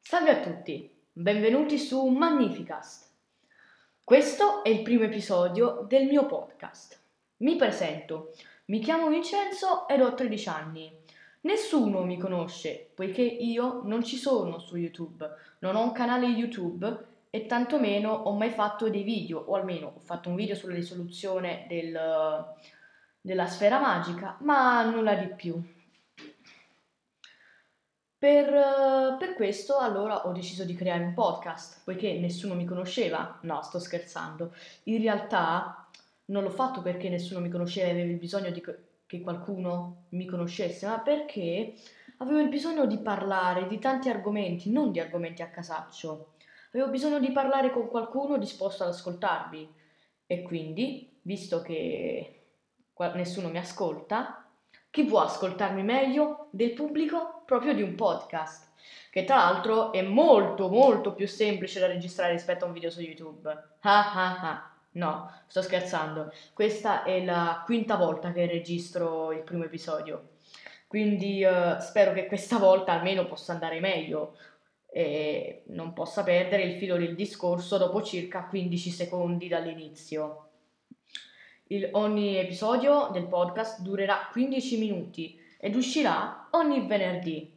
Salve a tutti, benvenuti su Magnificast. Questo è il primo episodio del mio podcast. Mi presento, mi chiamo Vincenzo ed ho 13 anni. Nessuno mi conosce poiché io non ci sono su YouTube, non ho un canale YouTube e tantomeno ho mai fatto dei video, o almeno ho fatto un video sulla risoluzione della sfera magica, ma nulla di più. Per questo allora ho deciso di creare un podcast, poiché nessuno mi conosceva. No, sto scherzando. In realtà non l'ho fatto perché nessuno mi conosceva e avevo il bisogno che qualcuno mi conoscesse, ma perché avevo il bisogno di parlare di tanti argomenti, non di argomenti a casaccio. Avevo bisogno di parlare con qualcuno disposto ad ascoltarvi. E quindi, visto che nessuno mi ascolta, chi può ascoltarmi meglio del pubblico proprio di un podcast? Che tra l'altro è molto molto più semplice da registrare rispetto a un video su YouTube. Ah ah ah. No, sto scherzando. Questa è la quinta volta che registro il primo episodio. Quindi spero che questa volta almeno possa andare meglio e non possa perdere il filo del discorso dopo circa 15 secondi dall'inizio. Ogni episodio del podcast durerà 15 minuti ed uscirà ogni venerdì.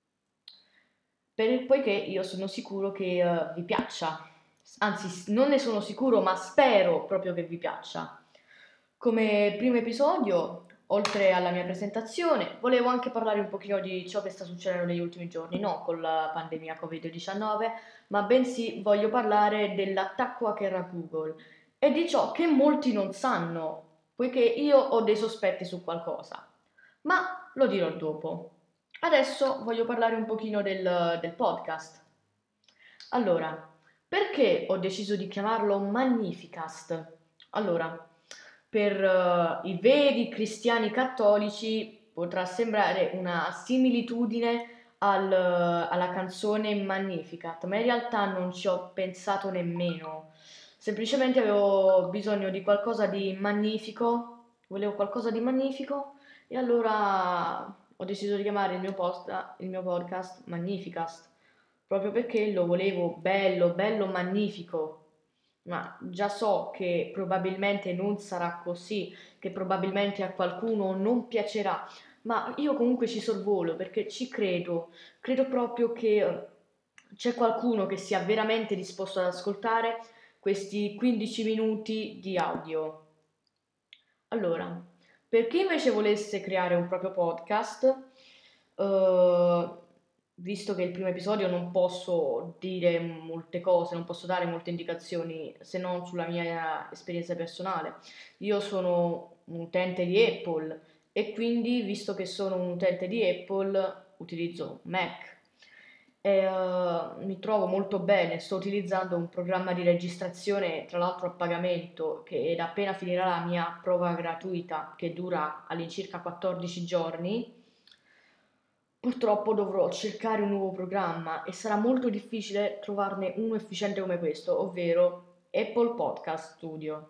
Poiché io sono sicuro che vi piaccia, anzi non ne sono sicuro, ma spero proprio che vi piaccia. Come primo episodio, oltre alla mia presentazione, volevo anche parlare un pochino di ciò che sta succedendo negli ultimi giorni, non con la pandemia Covid-19, ma bensì voglio parlare dell'attacco hacker a Google e di ciò che molti non sanno, poiché io ho dei sospetti su qualcosa, ma lo dirò dopo. Adesso voglio parlare un pochino del podcast. Allora, perché ho deciso di chiamarlo Magnificast? Allora, per i veri cristiani cattolici potrà sembrare una similitudine alla canzone Magnificat, ma in realtà non ci ho pensato nemmeno. Semplicemente avevo bisogno di qualcosa di magnifico, volevo qualcosa di magnifico e allora ho deciso di chiamare il mio podcast Magnificast, proprio perché lo volevo bello, bello magnifico. Ma già so che probabilmente non sarà così, che probabilmente a qualcuno non piacerà, ma io comunque ci sorvolo perché ci credo, credo proprio che c'è qualcuno che sia veramente disposto ad ascoltare questi 15 minuti di audio. Allora, per chi invece volesse creare un proprio podcast, eh, visto che è il primo episodio non posso dire molte cose, non posso dare molte indicazioni se non sulla mia esperienza personale. Io sono un utente di Apple e quindi, visto che sono un utente di Apple, utilizzo Mac e mi trovo molto bene. Sto utilizzando un programma di registrazione, tra l'altro a pagamento, che ed appena finirà la mia prova gratuita, che dura all'incirca 14 giorni, purtroppo dovrò cercare un nuovo programma e sarà molto difficile trovarne uno efficiente come questo, ovvero Apple Podcast Studio.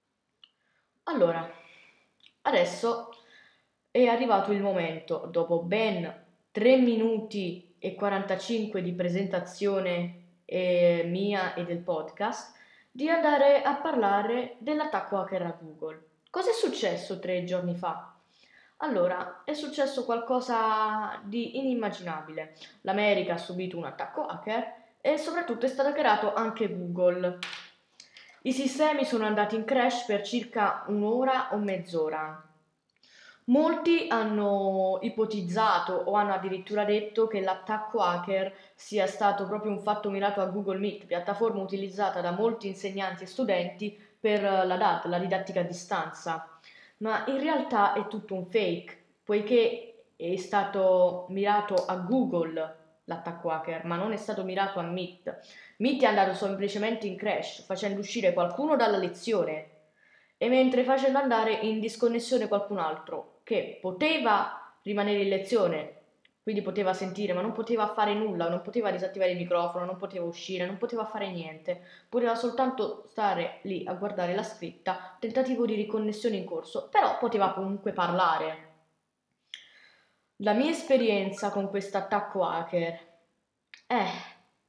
Allora, adesso è arrivato il momento, dopo ben 3 minuti e 45 di presentazione mia e del podcast, di andare a parlare dell'attacco hacker a Google. Cosa è successo 3 giorni fa? Allora, è successo qualcosa di inimmaginabile. L'America ha subito un attacco hacker e soprattutto è stato hackerato anche Google. I sistemi sono andati in crash per circa un'ora o mezz'ora. Molti hanno ipotizzato o hanno addirittura detto che l'attacco hacker sia stato proprio un fatto mirato a Google Meet, piattaforma utilizzata da molti insegnanti e studenti per la DAD, la didattica a distanza. Ma in realtà è tutto un fake, poiché è stato mirato a Google l'attacco hacker, ma non è stato mirato a Meet. Meet è andato semplicemente in crash, facendo uscire qualcuno dalla lezione e mentre facendo andare in disconnessione qualcun altro che poteva rimanere in lezione, quindi poteva sentire, ma non poteva fare nulla, non poteva disattivare il microfono, non poteva uscire, non poteva fare niente, poteva soltanto stare lì a guardare la scritta, tentativo di riconnessione in corso, però poteva comunque parlare. La mia esperienza con questo attacco hacker. Eh,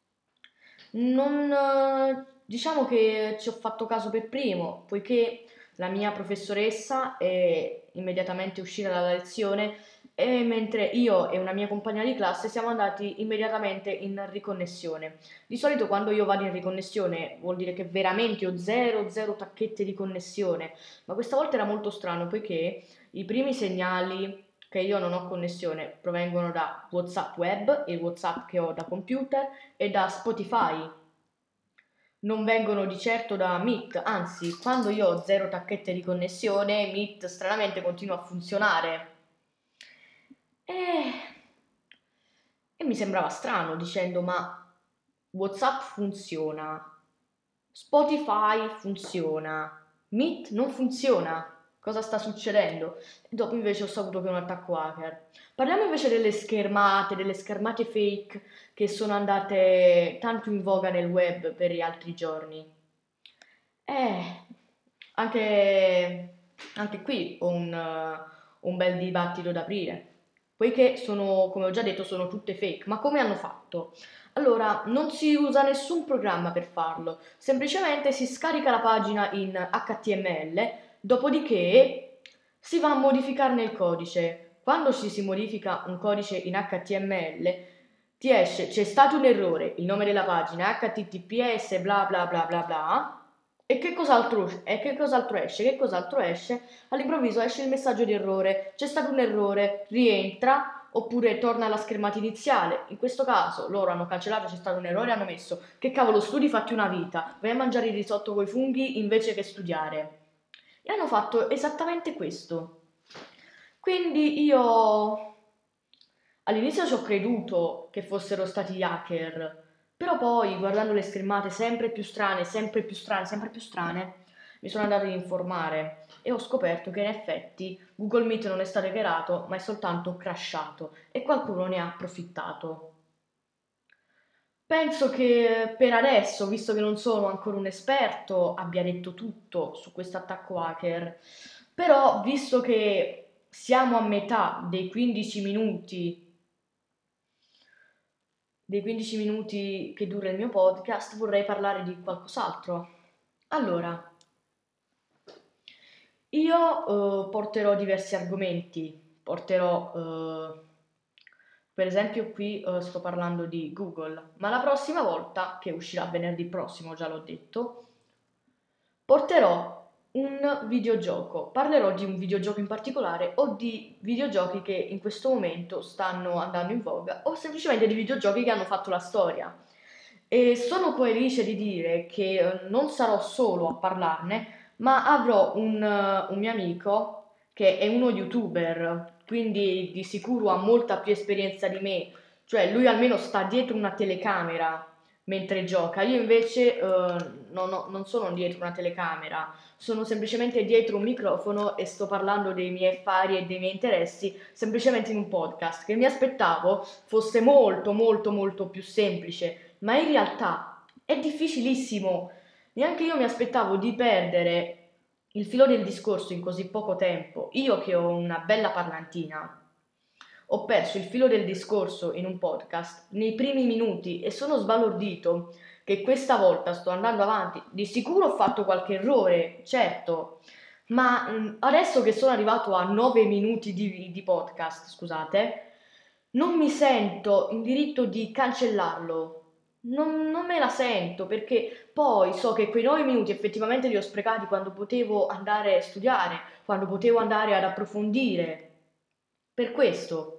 Diciamo che ci ho fatto caso per primo, poiché la mia professoressa è immediatamente uscita dalla lezione e mentre io e una mia compagna di classe siamo andati immediatamente in riconnessione. Di solito quando io vado in riconnessione vuol dire che veramente ho zero tacchette di connessione, ma questa volta era molto strano poiché i primi segnali che io non ho connessione provengono da WhatsApp web, il WhatsApp che ho da computer e da Spotify. Non vengono di certo da Meet, anzi, quando io ho zero tacchette di connessione, Meet stranamente continua a funzionare. E, e mi sembrava strano dicendo, ma WhatsApp funziona, Spotify funziona, Meet non funziona. Cosa sta succedendo? E dopo invece ho saputo che è un attacco hacker. Parliamo invece delle schermate fake che sono andate tanto in voga nel web per gli altri giorni. Eh, anche, anche qui ho un bel dibattito da aprire, poiché sono, come ho già detto, sono tutte fake. Ma come hanno fatto? Allora, non si usa nessun programma per farlo, semplicemente si scarica la pagina in HTML, dopodiché si va a modificarne il codice. Quando si modifica un codice in HTML, ti esce, c'è stato un errore, il nome della pagina, HTTPS, bla bla bla bla bla. E che cos'altro esce? Che cos'altro esce? All'improvviso esce il messaggio di errore, c'è stato un errore, rientra oppure torna alla schermata iniziale. In questo caso loro hanno cancellato, c'è stato un errore, hanno messo che cavolo studi fatti una vita, vai a mangiare il risotto coi funghi invece che studiare. E hanno fatto esattamente questo. Quindi io all'inizio ci ho creduto che fossero stati hacker, però poi guardando le schermate sempre più strane, sempre più strane, sempre più strane, mi sono andata ad informare e ho scoperto che in effetti Google Meet non è stato hackerato, ma è soltanto crashato e qualcuno ne ha approfittato. Penso che per adesso, visto che non sono ancora un esperto, abbia detto tutto su questo attacco hacker. Però, visto che siamo a metà dei 15 minuti che dura il mio podcast, vorrei parlare di qualcos'altro. Allora, io porterò diversi argomenti, per esempio qui sto parlando di Google, ma la prossima volta, che uscirà venerdì prossimo, già l'ho detto, porterò un videogioco, parlerò di un videogioco in particolare o di videogiochi che in questo momento stanno andando in voga o semplicemente di videogiochi che hanno fatto la storia. E sono felice di dire che non sarò solo a parlarne, ma avrò un mio amico che è uno youtuber, quindi di sicuro ha molta più esperienza di me, cioè lui almeno sta dietro una telecamera mentre gioca. Io invece non sono dietro una telecamera, sono semplicemente dietro un microfono e sto parlando dei miei affari e dei miei interessi semplicemente in un podcast che mi aspettavo fosse molto più semplice, ma in realtà è difficilissimo. Neanche io mi aspettavo di perdere il filo del discorso in così poco tempo. Io che ho una bella parlantina ho perso il filo del discorso in un podcast nei primi minuti e sono sbalordito che questa volta sto andando avanti. Di sicuro ho fatto qualche errore, certo, ma adesso che sono arrivato a 9 minuti di podcast, scusate, non mi sento in diritto di cancellarlo. Non me la sento perché poi so che quei 9 minuti effettivamente li ho sprecati quando potevo andare a studiare, quando potevo andare ad approfondire. Per questo.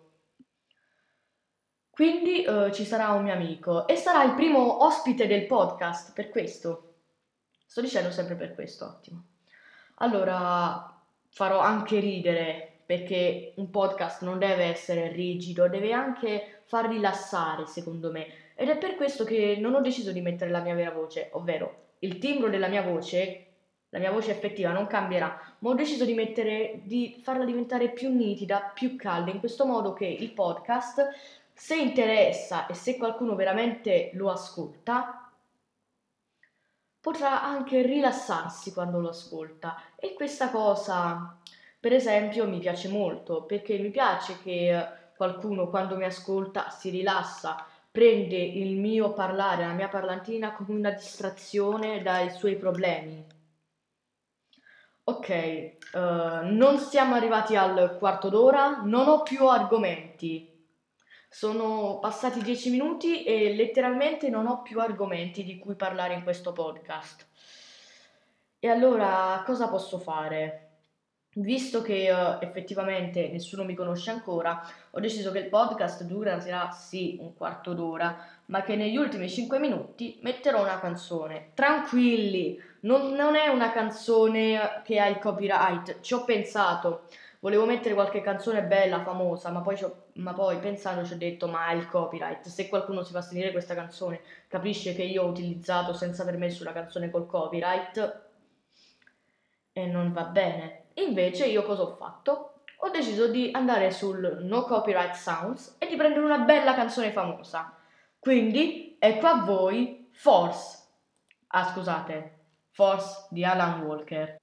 Quindi ci sarà un mio amico e sarà il primo ospite del podcast, per questo. Sto dicendo sempre per questo, ottimo. Allora, farò anche ridere, perché un podcast non deve essere rigido, deve anche far rilassare, secondo me. Ed è per questo che non ho deciso di mettere la mia vera voce, ovvero il timbro della mia voce, la mia voce effettiva non cambierà, ma ho deciso di farla diventare più nitida, più calda, in questo modo che il podcast, se interessa e se qualcuno veramente lo ascolta, potrà anche rilassarsi quando lo ascolta. E questa cosa, per esempio, mi piace molto, perché mi piace che qualcuno quando mi ascolta si rilassa, prende il mio parlare, la mia parlantina come una distrazione dai suoi problemi. Ok, non siamo arrivati al quarto d'ora, non ho più argomenti. Sono passati 10 minuti e letteralmente non ho più argomenti di cui parlare in questo podcast. E allora cosa posso fare? Visto che effettivamente nessuno mi conosce ancora, ho deciso che il podcast durerà sì un quarto d'ora, ma che negli ultimi 5 minuti metterò una canzone. Tranquilli, non è una canzone che ha il copyright, ci ho pensato. Volevo mettere qualche canzone bella, famosa, ma poi pensando ci ho detto, ma è il copyright. Se qualcuno si fa sentire questa canzone, capisce che io ho utilizzato senza permesso una canzone col copyright e non va bene. Invece io cosa ho fatto? Ho deciso di andare sul No Copyright Sounds e di prendere una bella canzone famosa. Quindi ecco a voi Force. Ah, scusate, Force di Alan Walker.